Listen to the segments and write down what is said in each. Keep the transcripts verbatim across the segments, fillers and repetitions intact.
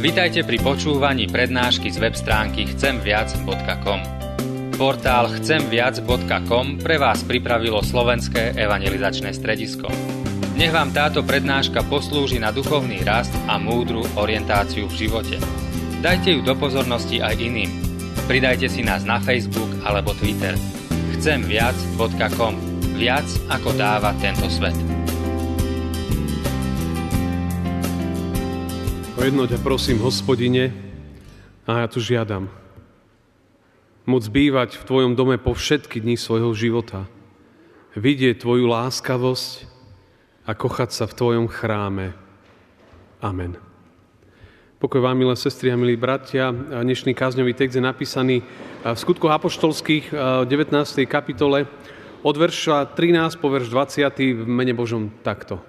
Vitajte pri počúvaní prednášky z web stránky chcem viac bodka com. Portál chcem viac bodka com pre vás pripravilo Slovenské evangelizačné stredisko. Nech vám táto prednáška poslúži na duchovný rast a múdru orientáciu v živote. Dajte ju do pozornosti aj iným. Pridajte si nás na Facebook alebo Twitter. chcem viac bodka com. Viac ako dáva tento svet. O jedno ťa prosím, Hospodine, a ja tu žiadam. Môcť bývať v Tvojom dome po všetky dni svojho života. Vidieť Tvoju láskavosť a kochať sa v Tvojom chráme. Amen. Pokoj vám, milé sestry a milí bratia. Dnešný kázňový text je napísaný v Skutkoch apoštolských devätnástej kapitole od verša trinásť po verš dvadsať v mene Božom takto.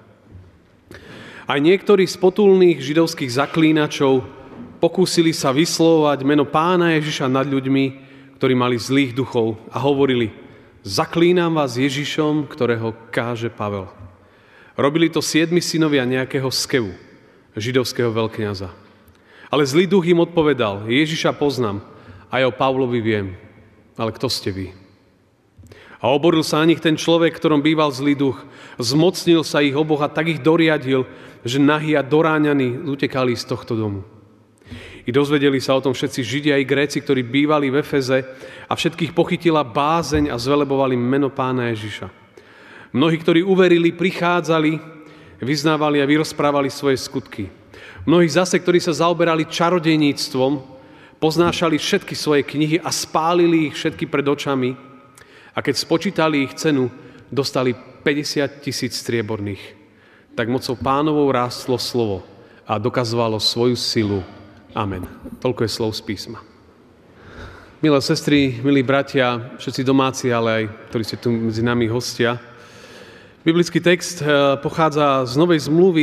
Aj niektorí z potulných židovských zaklínačov pokúsili sa vyslovovať meno Pána Ježiša nad ľuďmi, ktorí mali zlých duchov a hovorili: zaklínam vás Ježišom, ktorého káže Pavel. Robili to siedmi synovia nejakého Skevu, židovského veľkňaza. Ale zlý duch im odpovedal: Ježiša poznám, aj o Pavlovi viem, ale kto ste vy? A oboril sa na nich ten človek, ktorom býval zlý duch. Zmocnil sa ich oboch a tak ich doriadil, že nahí a doráňaní utekali z tohto domu. I dozvedeli sa o tom všetci Židia i Gréci, ktorí bývali v Efeze, a všetkých pochytila bázeň a zvelebovali meno Pána Ježiša. Mnohí, ktorí uverili, prichádzali, vyznávali a vyrozprávali svoje skutky. Mnohí zase, ktorí sa zaoberali čarodejníctvom, poznášali všetky svoje knihy a spálili ich všetky pred očami. A keď spočítali ich cenu, dostali päťdesiat tisíc strieborných. Tak mocou Pánovou rástlo slovo a dokazovalo svoju silu. Amen. Toľko je slov z písma. Milé sestry, milí bratia, všetci domáci, ale aj ktorí ste tu medzi nami hostia. Biblický text pochádza z Novej zmluvy,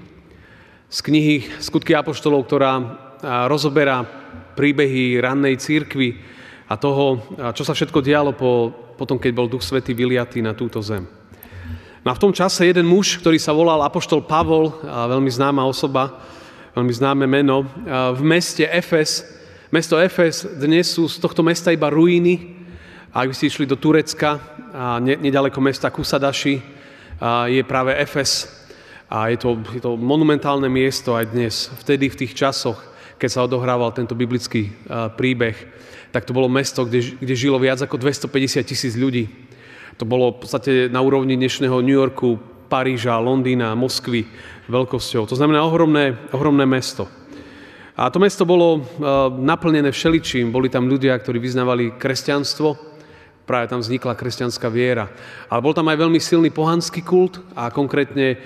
z knihy Skutky apoštolov, ktorá rozoberá príbehy rannej cirkvi a toho, čo sa všetko dialo po, potom, keď bol Duch Svätý vyliatý na túto zem. No a v tom čase jeden muž, ktorý sa volal apoštol Pavol, veľmi známa osoba, veľmi známe meno, v meste Efes. Mesto Efes, dnes sú z tohto mesta iba ruiny. A ak by ste išli do Turecka, a nedaleko mesta Kusadaši, je práve Efes. A je to, je to monumentálne miesto aj dnes. Vtedy, v tých časoch, keď sa odohrával tento biblický príbeh, tak to bolo mesto, kde, kde žilo viac ako dvestopäťdesiat tisíc ľudí. To bolo v podstate na úrovni dnešného New Yorku, Paríža, Londýna, Moskvy veľkosťou. To znamená ohromné, ohromné mesto. A to mesto bolo naplnené všeličím. Boli tam ľudia, ktorí vyznávali kresťanstvo. Práve tam vznikla kresťanská viera. Ale bol tam aj veľmi silný pohanský kult a konkrétne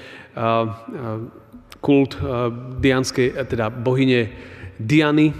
kult dianskej, teda bohyne Diany.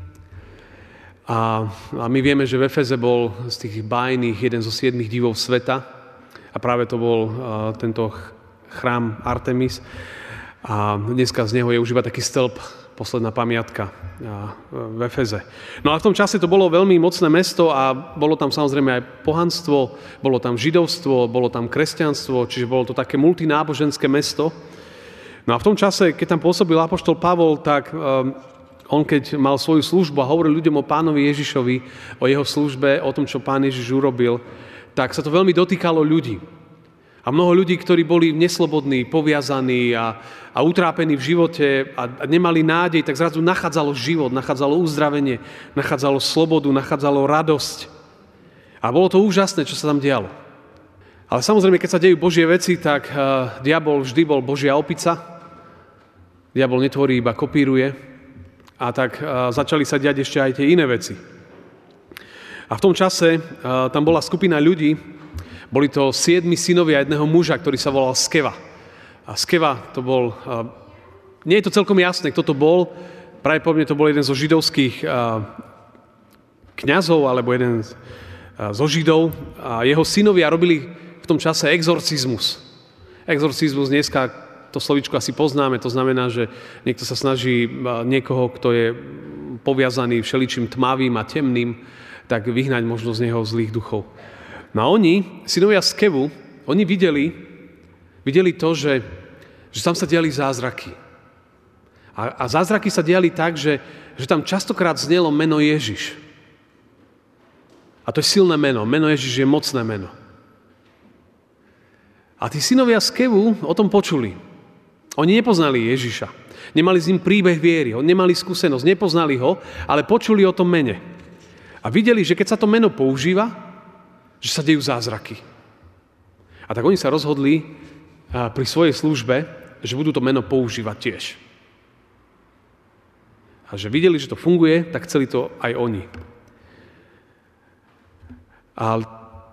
A, a my vieme, že v Efeze bol z tých bájnych jeden zo siedmých divov sveta a práve to bol uh, tento chrám Artemis a dneska z neho je už iba taký stĺp, posledná pamiatka uh, v Efeze. No a v tom čase to bolo veľmi mocné mesto a bolo tam samozrejme aj pohanstvo, bolo tam židovstvo, bolo tam kresťanstvo, čiže bolo to také multináboženské mesto. No a v tom čase, keď tam pôsobil apoštol Pavol, tak um, on keď mal svoju službu a hovoril ľuďom o Pánovi Ježišovi, o jeho službe, o tom, čo Pán Ježiš urobil, tak sa to veľmi dotýkalo ľudí. A mnoho ľudí, ktorí boli neslobodní, poviazaní a, a utrápení v živote a, a nemali nádej, tak zrazu nachádzalo život, nachádzalo uzdravenie, nachádzalo slobodu, nachádzalo radosť. A bolo to úžasné, čo sa tam dialo. Ale samozrejme, keď sa dejú Božie veci, tak uh, diabol vždy bol Božia opica. Diabol netvorí, iba kopíruje. A tak uh, začali sa diať ešte aj tie iné veci. A v tom čase uh, tam bola skupina ľudí, boli to siedmi synovia jedného muža, ktorý sa volal Skeva. A Skeva to bol, uh, nie je to celkom jasné, kto to bol, pravdepodobne to bol jeden zo židovských uh, kňazov, alebo jeden z, uh, zo židov. A jeho synovia robili v tom čase exorcizmus. Exorcizmus dneska, to slovíčko asi poznáme, to znamená, že niekto sa snaží niekoho, kto je poviazaný všeličím tmavým a temným, tak vyhnať možno z neho zlých duchov. No a oni, synovia Skevu, oni videli, videli to, že, že tam sa diali zázraky. A A, a zázraky sa diali tak, že, že tam častokrát znelo meno Ježiš. A to je silné meno. Meno Ježiš je mocné meno. A tí synovia z Kevu o tom počuli. Oni nepoznali Ježiša. Nemali s ním príbeh viery. Nemali skúsenosť. Nepoznali ho, ale počuli o tom mene. A videli, že keď sa to meno používa, že sa dejú zázraky. A tak oni sa rozhodli pri svojej službe, že budú to meno používať tiež. A že videli, že to funguje, tak chceli to aj oni. A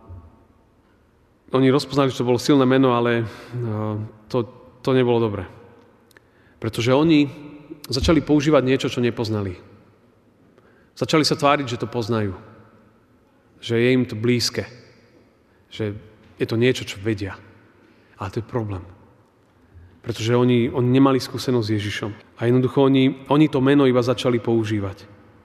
oni rozpoznali, že to bolo silné meno, ale to, to nebolo dobre. Pretože oni začali používať niečo, čo nepoznali. Začali sa tváriť, že to poznajú. Že je im to blízke. Že je to niečo, čo vedia. Ale to je problém. Pretože oni, oni nemali skúsenosť s Ježišom. A jednoducho oni, oni to meno iba začali používať.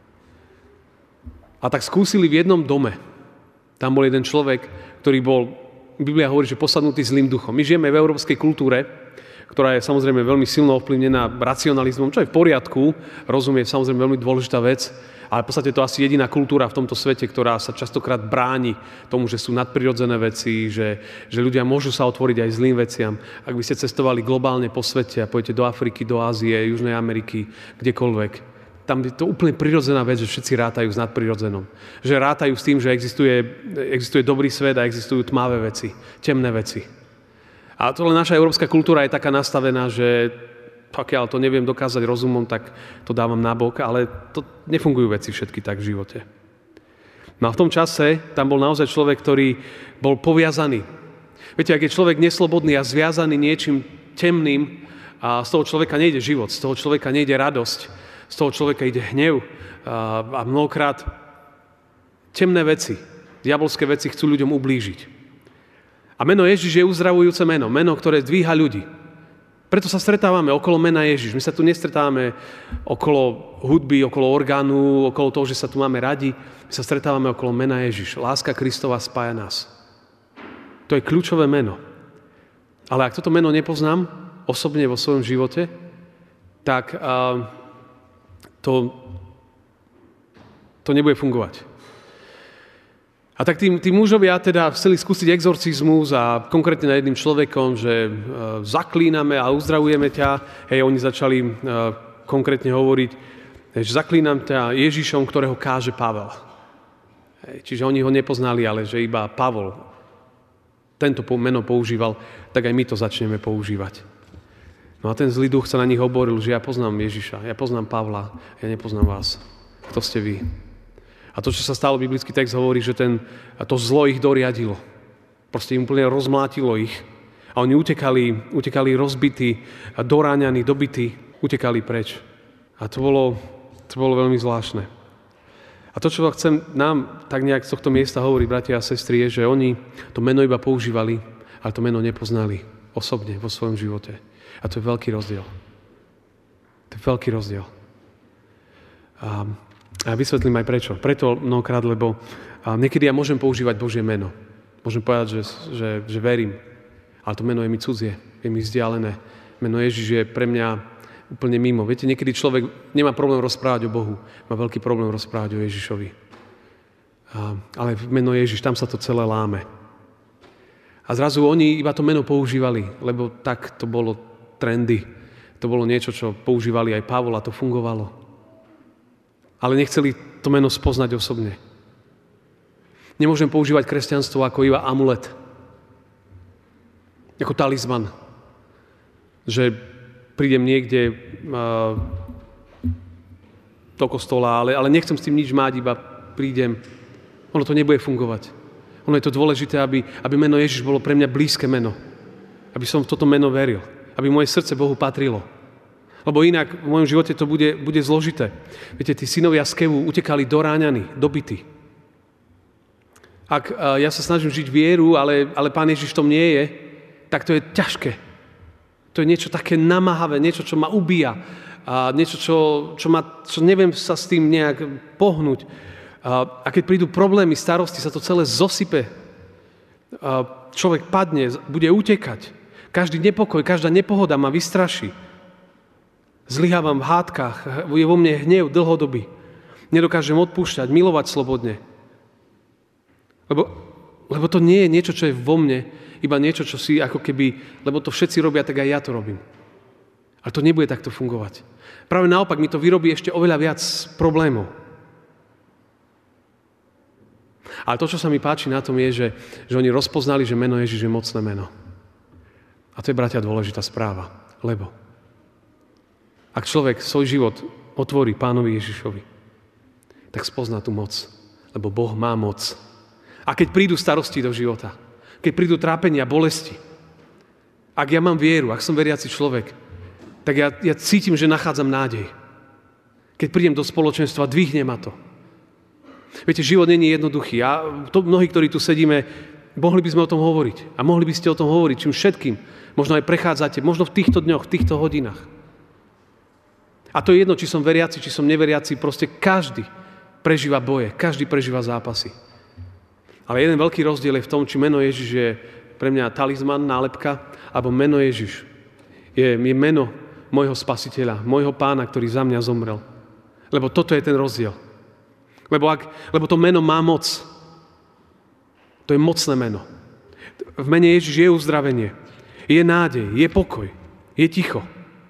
A tak skúsili v jednom dome. Tam bol jeden človek, ktorý bol, Biblia hovorí, že posadnutý zlým duchom. My žijeme v európskej kultúre, ktorá je samozrejme veľmi silno ovplyvnená racionalizmom, čo je v poriadku, rozumie, samozrejme veľmi dôležitá vec, ale v podstate to asi jediná kultúra v tomto svete, ktorá sa častokrát bráni tomu, že sú nadprirodzené veci, že, že ľudia môžu sa otvoriť aj zlým veciam. Ak by ste cestovali globálne po svete a pôjdete do Afriky, do Ázie, Južnej Ameriky, kdekoľvek, tam je to úplne prirodzená vec, že všetci rátajú s nadprirodzenom. Že rátajú s tým, že existuje, existuje dobrý svet a existujú tmavé veci, temné veci. A to len naša európska kultúra je taká nastavená, že pokiaľ to neviem dokázať rozumom, tak to dávam nabok, ale to nefungujú veci všetky tak v živote. No a v tom čase tam bol naozaj človek, ktorý bol poviazaný. Viete, ak je človek neslobodný a zviazaný niečím temným, a z toho človeka nejde život, z toho človeka nejde radosť, z toho človeka ide hnev a, a mnohokrát temné veci, diabolské veci chcú ľuďom ublížiť. A meno Ježiš je uzdravujúce meno, meno, ktoré dvíha ľudí. Preto sa stretávame okolo mena Ježiš. My sa tu nestretávame okolo hudby, okolo orgánu, okolo toho, že sa tu máme radi. My sa stretávame okolo mena Ježiš. Láska Kristova spája nás. To je kľúčové meno. Ale ak toto meno nepoznám osobne vo svojom živote, tak uh, to, to nebude fungovať. A tak tí, tí mužovia teda chceli skúsiť exorcizmus a konkrétne nad jedným človekom, že e, zaklíname a uzdravujeme ťa. Hej, oni začali e, konkrétne hovoriť, že zaklínam ťa Ježišom, ktorého káže Pavel. Hej, čiže oni ho nepoznali, ale že iba Pavol tento meno používal, tak aj my to začneme používať. No a ten zlý duch sa na nich oboril, že ja poznám Ježiša, ja poznám Pavla, ja nepoznám vás. Kto ste vy? A to, čo sa stalo, biblický text hovorí, že ten, to zlo ich doriadilo. Proste im úplne rozmlátilo ich. A oni utekali, utekali rozbití, doráňaní, dobití, utekali preč. A to bolo, to bolo veľmi zvláštne. A to, čo chcem nám tak nejak z tohto miesta hovoriť, bratia a sestry, je, že oni to meno iba používali, ale to meno nepoznali osobne vo svojom živote. A to je veľký rozdiel. To je veľký rozdiel. A A ja vysvetlím aj prečo. Preto mnohokrát, lebo niekedy ja môžem používať Božie meno. Môžem povedať, že, že, že verím. Ale to meno je mi cudzie, je mi vzdialené. Meno Ježiš je pre mňa úplne mimo. Viete, niekedy človek nemá problém rozprávať o Bohu. Má veľký problém rozprávať o Ježišovi. A, ale meno Ježiš, tam sa to celé láme. A zrazu oni iba to meno používali, lebo tak to bolo trendy. To bolo niečo, čo používali aj Pavol a to fungovalo. Ale nechceli to meno spoznať osobne. Nemôžem používať kresťanstvo ako iba amulet. Ako talizman. Že prídem niekde uh, do kostola, ale, ale nechcem s tým nič mať, iba prídem. Ono to nebude fungovať. Ono je to dôležité, aby, aby meno Ježiš bolo pre mňa blízke meno. Aby som v toto meno veril. Aby moje srdce Bohu patrilo. Lebo inak v mojom živote to bude, bude zložité. Viete, tí synovia z Kevu utekali doráňaní, dobití. Ak uh, ja sa snažím žiť vieru, ale, ale Pán Ježiš v tom nie je, tak to je ťažké. To je niečo také namáhavé, niečo, čo ma ubíja. A niečo, čo, čo, ma, čo neviem sa s tým nejak pohnúť. A, a keď prídu problémy, starosti, sa to celé zosype. A človek padne, bude utekať. Každý nepokoj, každá nepohoda ma vystraší. Zlyhávam v hádkach, je vo mne hnev dlhodobý. Nedokážem odpúšťať, milovať slobodne. Lebo, lebo to nie je niečo, čo je vo mne, iba niečo, čo si ako keby, lebo to všetci robia, tak aj ja to robím. Ale to nebude takto fungovať. Práve naopak, mi to vyrobí ešte oveľa viac problémov. Ale to, čo sa mi páči na tom, je, že, že oni rozpoznali, že meno Ježiš je mocné meno. A to je, bratia, dôležitá správa. Lebo ak človek svoj život otvorí Pánovi Ježišovi, tak spozná tú moc. Lebo Boh má moc. A keď prídu starosti do života, keď prídu trápenia, bolesti, ak ja mám vieru, ak som veriaci človek, tak ja, ja cítim, že nachádzam nádej. Keď prídem do spoločenstva, dvihne ma to. Viete, život nie je jednoduchý. A to mnohí, ktorí tu sedíme, mohli by sme o tom hovoriť. A mohli by ste o tom hovoriť, čím všetkým. Možno aj prechádzate, možno v týchto dňoch, v týchto hodinách. A to je jedno, či som veriaci, či som neveriaci, proste každý prežíva boje, každý prežíva zápasy. Ale jeden veľký rozdiel je v tom, či meno Ježiš je pre mňa talizman, nálepka, alebo meno Ježiš je, je meno môjho spasiteľa, môjho pána, ktorý za mňa zomrel. Lebo toto je ten rozdiel. Lebo, ak, lebo to meno má moc. To je mocné meno. V mene Ježiš je uzdravenie, je nádej, je pokoj, je ticho.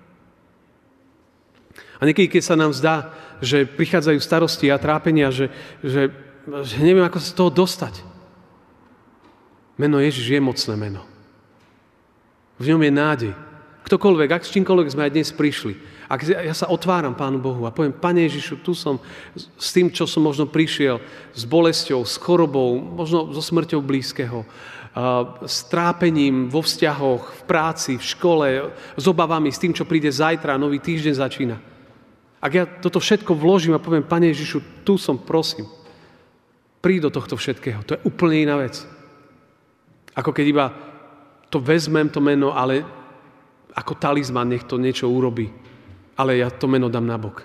A niekedy, keď sa nám zdá, že prichádzajú starosti a trápenia, že, že, že neviem, ako sa z toho dostať. Meno Ježiš je mocné meno. V ňom je nádej. Ktokoľvek, ak s čímkoľvek sme aj dnes prišli, ak ja sa otváram Pánu Bohu a poviem, Pane Ježišu, tu som s tým, čo som možno prišiel, s bolesťou, s chorobou, možno so smrťou blízkeho, s trápením vo vzťahoch, v práci, v škole, s obavami, s tým, čo príde zajtra, nový týždeň začína. Ak ja toto všetko vložím a poviem, Pane Ježišu, tu som, prosím, príď do tohto všetkého. To je úplne iná vec. Ako keď iba to vezmem, to meno, ale ako talizman, nech to niečo urobí. Ale ja to meno dám nabok.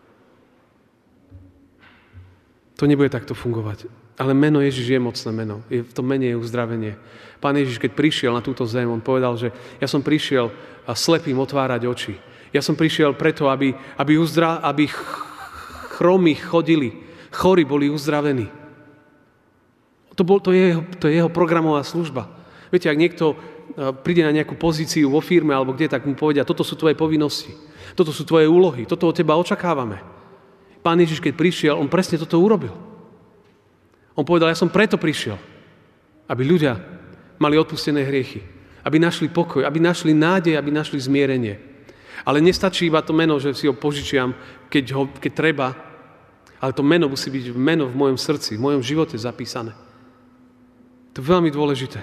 To nebude takto fungovať. Ale meno Ježiš je mocné meno. Je, v tom mene je uzdravenie. Pán Ježiš, keď prišiel na túto zem, on povedal, že ja som prišiel slepým otvárať oči. Ja som prišiel preto, aby, aby, uzdra, aby chromy chodili, chorí boli uzdravení. To, bol, to, je jeho, to je jeho programová služba. Viete, ak niekto príde na nejakú pozíciu vo firme alebo kde, tak mu povedia, toto sú tvoje povinnosti, toto sú tvoje úlohy, toto od teba očakávame. Pán Ježiš, keď prišiel, on presne toto urobil. On povedal, ja som preto prišiel, aby ľudia mali odpustené hriechy, aby našli pokoj, aby našli nádej, aby našli zmierenie. Ale nestačí iba to meno, že si ho požičiam, keď, ho, keď treba, ale to meno musí byť meno v mojom srdci, v mojom živote zapísané. To je veľmi dôležité.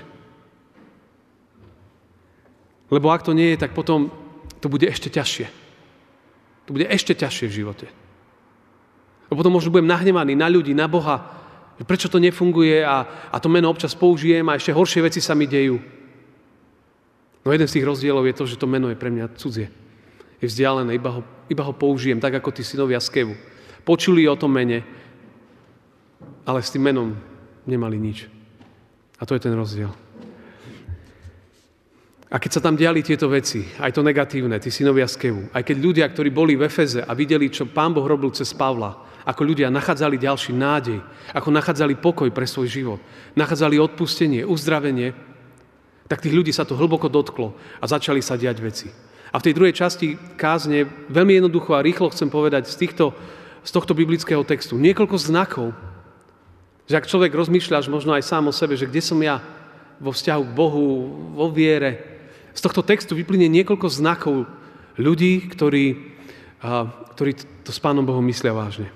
Lebo ak to nie je, tak potom to bude ešte ťažšie. To bude ešte ťažšie v živote. Lebo potom možno budem nahnevaný na ľudí, na Boha, že prečo to nefunguje a, a to meno občas použijem a ešte horšie veci sa mi dejú. No jeden z tých rozdielov je to, že to meno je pre mňa cudzie. Je vzdialené, iba ho, iba ho použijem, tak ako tí synovia z Kevu. Počuli o tom mene, ale s tým menom nemali nič. A to je ten rozdiel. A keď sa tam diali tieto veci, aj to negatívne, tí synovia z Kevu, aj keď ľudia, ktorí boli v Efeze a videli, čo Pán Boh robil cez Pavla, ako ľudia nachádzali ďalší nádej, ako nachádzali pokoj pre svoj život, nachádzali odpustenie, uzdravenie, tak tých ľudí sa to hlboko dotklo a začali sa diať veci. A v tej druhej časti kázne veľmi jednoducho a rýchlo chcem povedať z, týchto, z tohto biblického textu niekoľko znakov, že ak človek rozmýšľaš možno aj sám o sebe, že kde som ja vo vzťahu k Bohu, vo viere, z tohto textu vyplynie niekoľko znakov ľudí, ktorí, a, ktorí to s Pánom Bohom myslia vážne.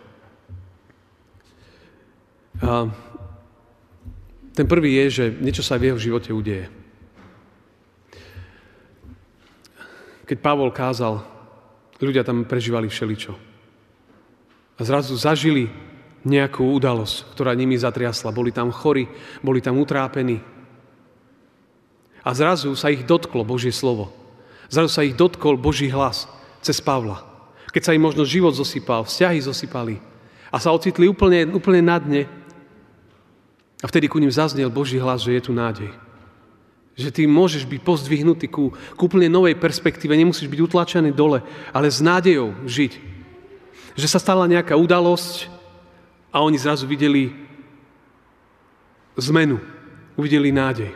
A, ten prvý je, že niečo sa v jeho živote udeje. Keď Pavol kázal, ľudia tam prežívali všeličo. A zrazu zažili nejakú udalosť, ktorá nimi zatriasla. Boli tam chorí, boli tam utrápení. A zrazu sa ich dotklo Božie slovo. Zrazu sa ich dotkol Boží hlas cez Pavla. Keď sa im možno život zosypal, vzťahy zosypali a sa ocitli úplne, úplne na dne. A vtedy ku ním zaznel Boží hlas, že je tu nádej. Že ty môžeš byť pozdvihnutý ku, ku úplne novej perspektíve, nemusíš byť utlačený dole, ale s nádejou žiť. Že sa stala nejaká udalosť a oni zrazu videli zmenu, uvideli nádej.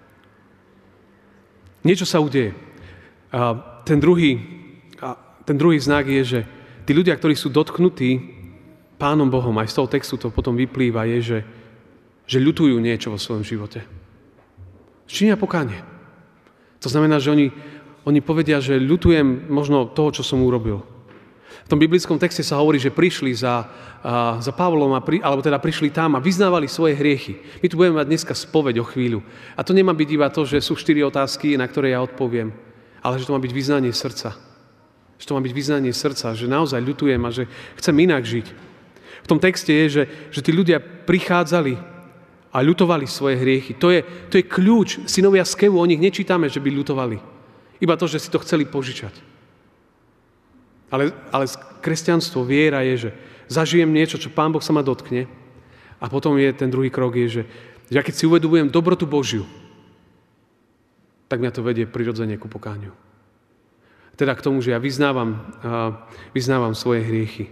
Niečo sa udeje. A ten druhý, a ten druhý znak je, že tí ľudia, ktorí sú dotknutí Pánom Bohom, aj z toho textu to potom vyplýva, je, že, že ľutujú niečo vo svojom živote. Činia pokánie. To znamená, že oni, oni povedia, že ľutujem možno toho, čo som urobil. V tom biblickom texte sa hovorí, že prišli za, a, za Pavlom, a pri, alebo teda prišli tam a vyznávali svoje hriechy. My tu budeme mať dneska spoveď o chvíľu. A to nemá byť iba to, že sú štyri otázky, na ktoré ja odpoviem, ale že to má byť vyznanie srdca. Že to má byť vyznanie srdca, že naozaj ľutujem a že chcem inak žiť. V tom texte je, že, že tí ľudia prichádzali a ľutovali svoje hriechy. To je, to je kľúč. Synovia Skevu, o nich nečítame, že by ľutovali. Iba to, že si to chceli požičať. Ale, ale kresťanstvo, viera je, že zažijem niečo, čo Pán Boh sa ma dotkne. A potom je ten druhý krok, je, že, že ja keď si uvedomujem dobrotu Božiu, tak mňa to vedie prirodzene ku pokániu. Teda k tomu, že ja vyznávam, vyznávam svoje hriechy.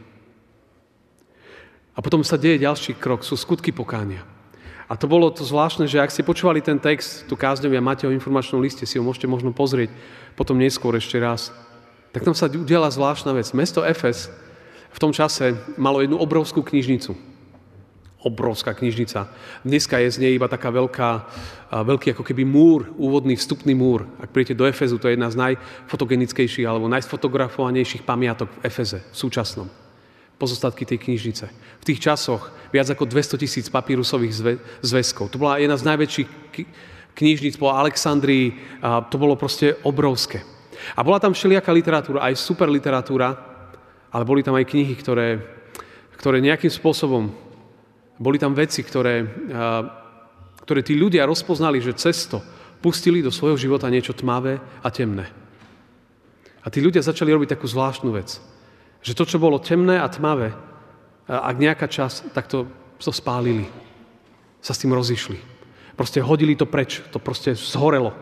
A potom sa deje ďalší krok, sú skutky pokánia. A to bolo to zvláštne, že ak ste počúvali ten text, tu kázňovi a máte ho v informačnom liste, si ho môžete možno pozrieť potom neskôr ešte raz, tak tam sa udiala zvláštna vec. Mesto Efes v tom čase malo jednu obrovskú knižnicu. Obrovská knižnica. Dneska je z nej iba taká veľká, veľký ako keby múr, úvodný vstupný múr. Ak príjete do Efezu, to je jedna z najfotogenickejších alebo najsfotografovanejších pamiatok v Efeze, v súčasnom. Pozostatky tej knižnice. V tých časoch viac ako dvesto tisíc papírusových zve, zväzkov. To bola jedna z najväčších knižníc po Alexandrii. A to bolo proste obrovské. A bola tam všelijaká literatúra, aj super literatúra, ale boli tam aj knihy, ktoré, ktoré nejakým spôsobom, boli tam veci, ktoré, a, ktoré tí ľudia rozpoznali, že cesto pustili do svojho života niečo tmavé a temné. A tí ľudia začali robiť takú zvláštnu vec. Že to, čo bolo temné a tmavé, ak nejaká časť, tak to, to spálili. Sa s tým rozišli. Proste hodili to preč. To proste zhorelo.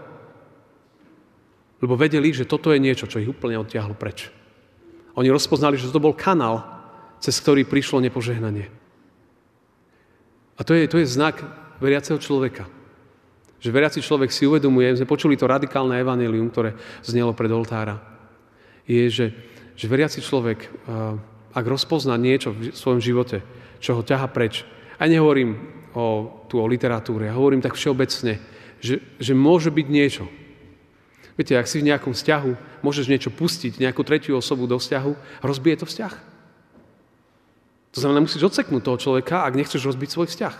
Lebo vedeli, že toto je niečo, čo ich úplne odtiahlo preč. Oni rozpoznali, že to bol kanál, cez ktorý prišlo nepožehnanie. A to je, to je znak veriaceho človeka. Že veriaci človek si uvedomuje, sme počuli to radikálne evanjelium, ktoré znelo pred oltára, je, že že veriaci človek, ak rozpozná niečo v svojom živote, čo ho ťaha preč, aj nehovorím o, tu o literatúre, ja hovorím tak všeobecne, že, že môže byť niečo. Viete, ak si v nejakom vzťahu, môžeš niečo pustiť, nejakú tretiu osobu do vzťahu, rozbije to vzťah. To znamená, musíš odseknúť toho človeka, ak nechceš rozbiť svoj vzťah.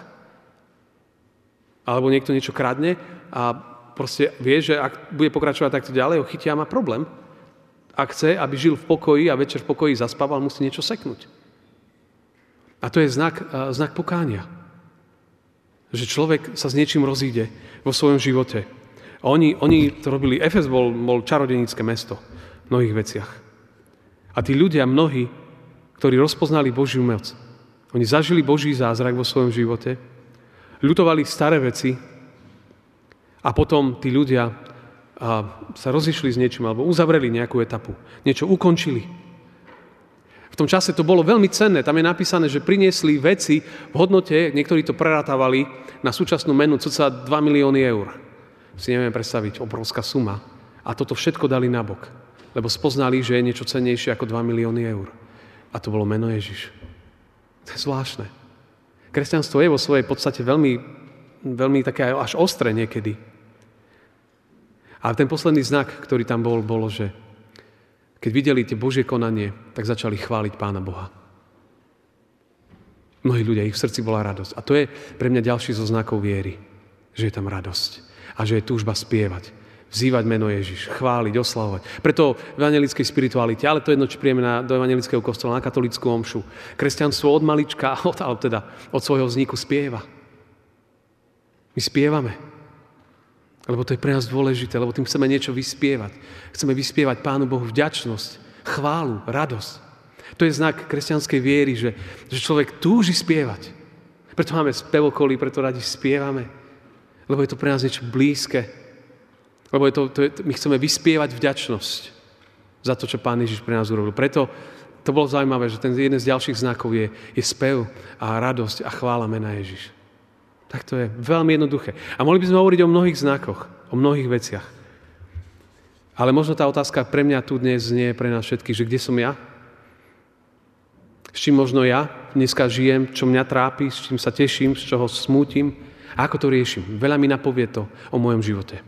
Alebo niekto niečo kradne a proste vie, že ak bude pokračovať takto ďalej, ho chytia a má problém. Ak chce, aby žil v pokoji a večer v pokoji zaspával, musí niečo seknúť. A to je znak, znak pokánia. Že človek sa s niečím rozíde vo svojom živote. A oni, oni to robili. Efes bol, bol čarodejnícke mesto v mnohých veciach. A tí ľudia, mnohí, ktorí rozpoznali Božiu moc, oni zažili Boží zázrak vo svojom živote, ľutovali staré veci a potom tí ľudia a sa rozišli s niečím, alebo uzavreli nejakú etapu. Niečo ukončili. V tom čase to bolo veľmi cenné. Tam je napísané, že priniesli veci v hodnote, niektorí to prerátavali na súčasnú menu cca dva milióny eur. Si neviem predstaviť, obrovská suma. A toto všetko dali nabok. Lebo spoznali, že je niečo cennejšie ako dva milióny eur. A to bolo meno Ježiš. To je zvláštne. Kresťanstvo je vo svojej podstate veľmi, veľmi také až ostré niekedy. A ten posledný znak, ktorý tam bol, bolo, že keď videli tie Božie konanie, tak začali chváliť Pána Boha. Mnohí ľudia, ich v srdci bola radosť. A to je pre mňa ďalší zo znakov viery, že je tam radosť a že je túžba spievať, vzývať meno Ježiš, chváliť, oslavovať. Preto v evanjelickej spiritualite, ale to je jedno, či príjeme na, do evanjelického kostola, na katolícku omšu. Kresťanstvo od malička, od, teda, od svojho vzniku spieva. My spievame. Lebo to je pre nás dôležité, lebo tým chceme niečo vyspievať. Chceme vyspievať Pánu Bohu vďačnosť, chválu, radosť. To je znak kresťanskej viery, že, že človek túži spievať. Preto máme spevokoly, preto radi spievame. Lebo je to pre nás niečo blízke. Lebo je to, to je, my chceme vyspievať vďačnosť za to, čo Pán Ježiš pre nás urobil. Preto to bolo zaujímavé, že ten jeden z ďalších znakov je, je spev a radosť a chvála mena Ježiš. Tak to je veľmi jednoduché. A mohli by sme hovoriť o mnohých znakoch, o mnohých veciach. Ale možno tá otázka pre mňa tu dnes nie je pre nás všetkých, že kde som ja? S čím možno ja dneska žijem, čo mňa trápi, s čím sa teším, z čoho smútim a ako to riešim. Veľa mi napovie to o mojom živote.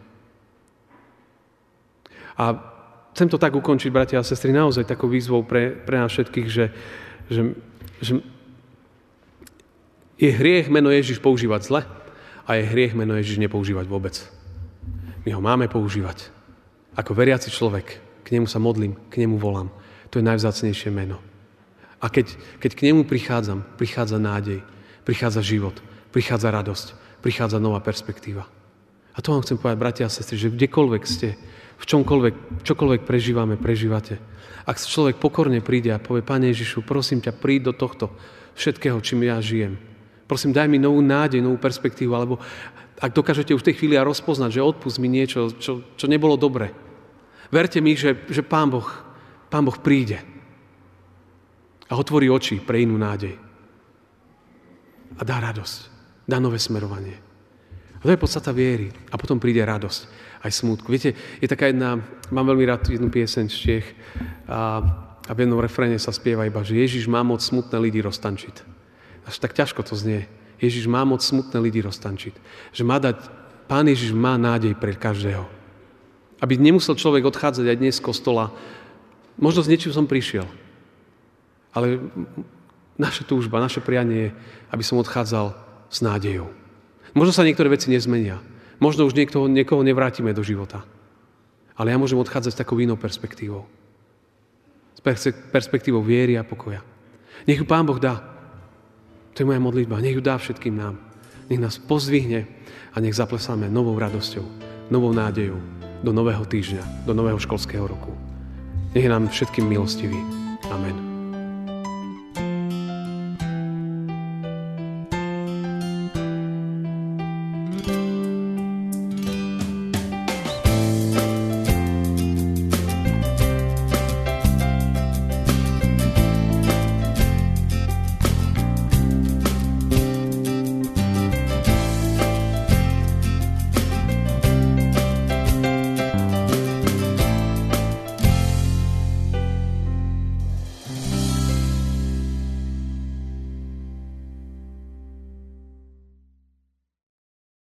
A chcem to tak ukončiť, bratia a sestry, naozaj takou výzvou pre, pre nás všetkých, že, že, že je hriech meno Ježiš používať zle a je hriech meno Ježiš nepoužívať vôbec. My ho máme používať. Ako veriaci človek, k nemu sa modlím, k nemu volám. To je najvzácnejšie meno. A keď, keď k nemu prichádzam, prichádza nádej, prichádza život, prichádza radosť, prichádza nová perspektíva. A to vám chcem povedať, bratia a sestry, že kdekoľvek ste, v čomkoľvek, čokoľvek prežívame, prežívate. Ak človek pokorne príde a povie, Pane Ježišu, prosím ťa, príď do tohto všetkého, čím ja žijem. Prosím, daj mi novú nádej, novú perspektívu, alebo ak dokážete už v tej chvíli rozpoznať, že odpust mi niečo, čo, čo nebolo dobre. Verte mi, že, že Pán Boh, Pán Boh príde a otvorí oči pre inú nádej. A dá radosť, dá nové smerovanie. A to je podstata viery. A potom príde radosť. Aj smútku. Viete, je taká jedna, mám veľmi rád jednu pieseň z Čiech a, a v jednom refréne sa spieva iba, že Ježiš má moc smutné lidi roztančiť. Až tak ťažko to znie. Ježiš má moc smutné lidi roztančiť. Že má dať, Pán Ježiš má nádej pre každého. Aby nemusel človek odchádzať aj dnes z kostola. Možno s niečím som prišiel. Ale naša túžba, naše prianie je, aby som odchádzal s nádejou. Možno sa niektoré veci nezmenia. Možno už niekoho, niekoho nevrátime do života. Ale ja môžem odchádzať s takou inou perspektívou. S perspektívou viery a pokoja. Nech ju Pán Boh dá. To je moja modlitba. Nech ju dá všetkým nám. Nech nás pozdvihne a nech zaplesáme novou radosťou, novou nádejou do nového týždňa, do nového školského roku. Nech je nám všetkým milostivý. Amen.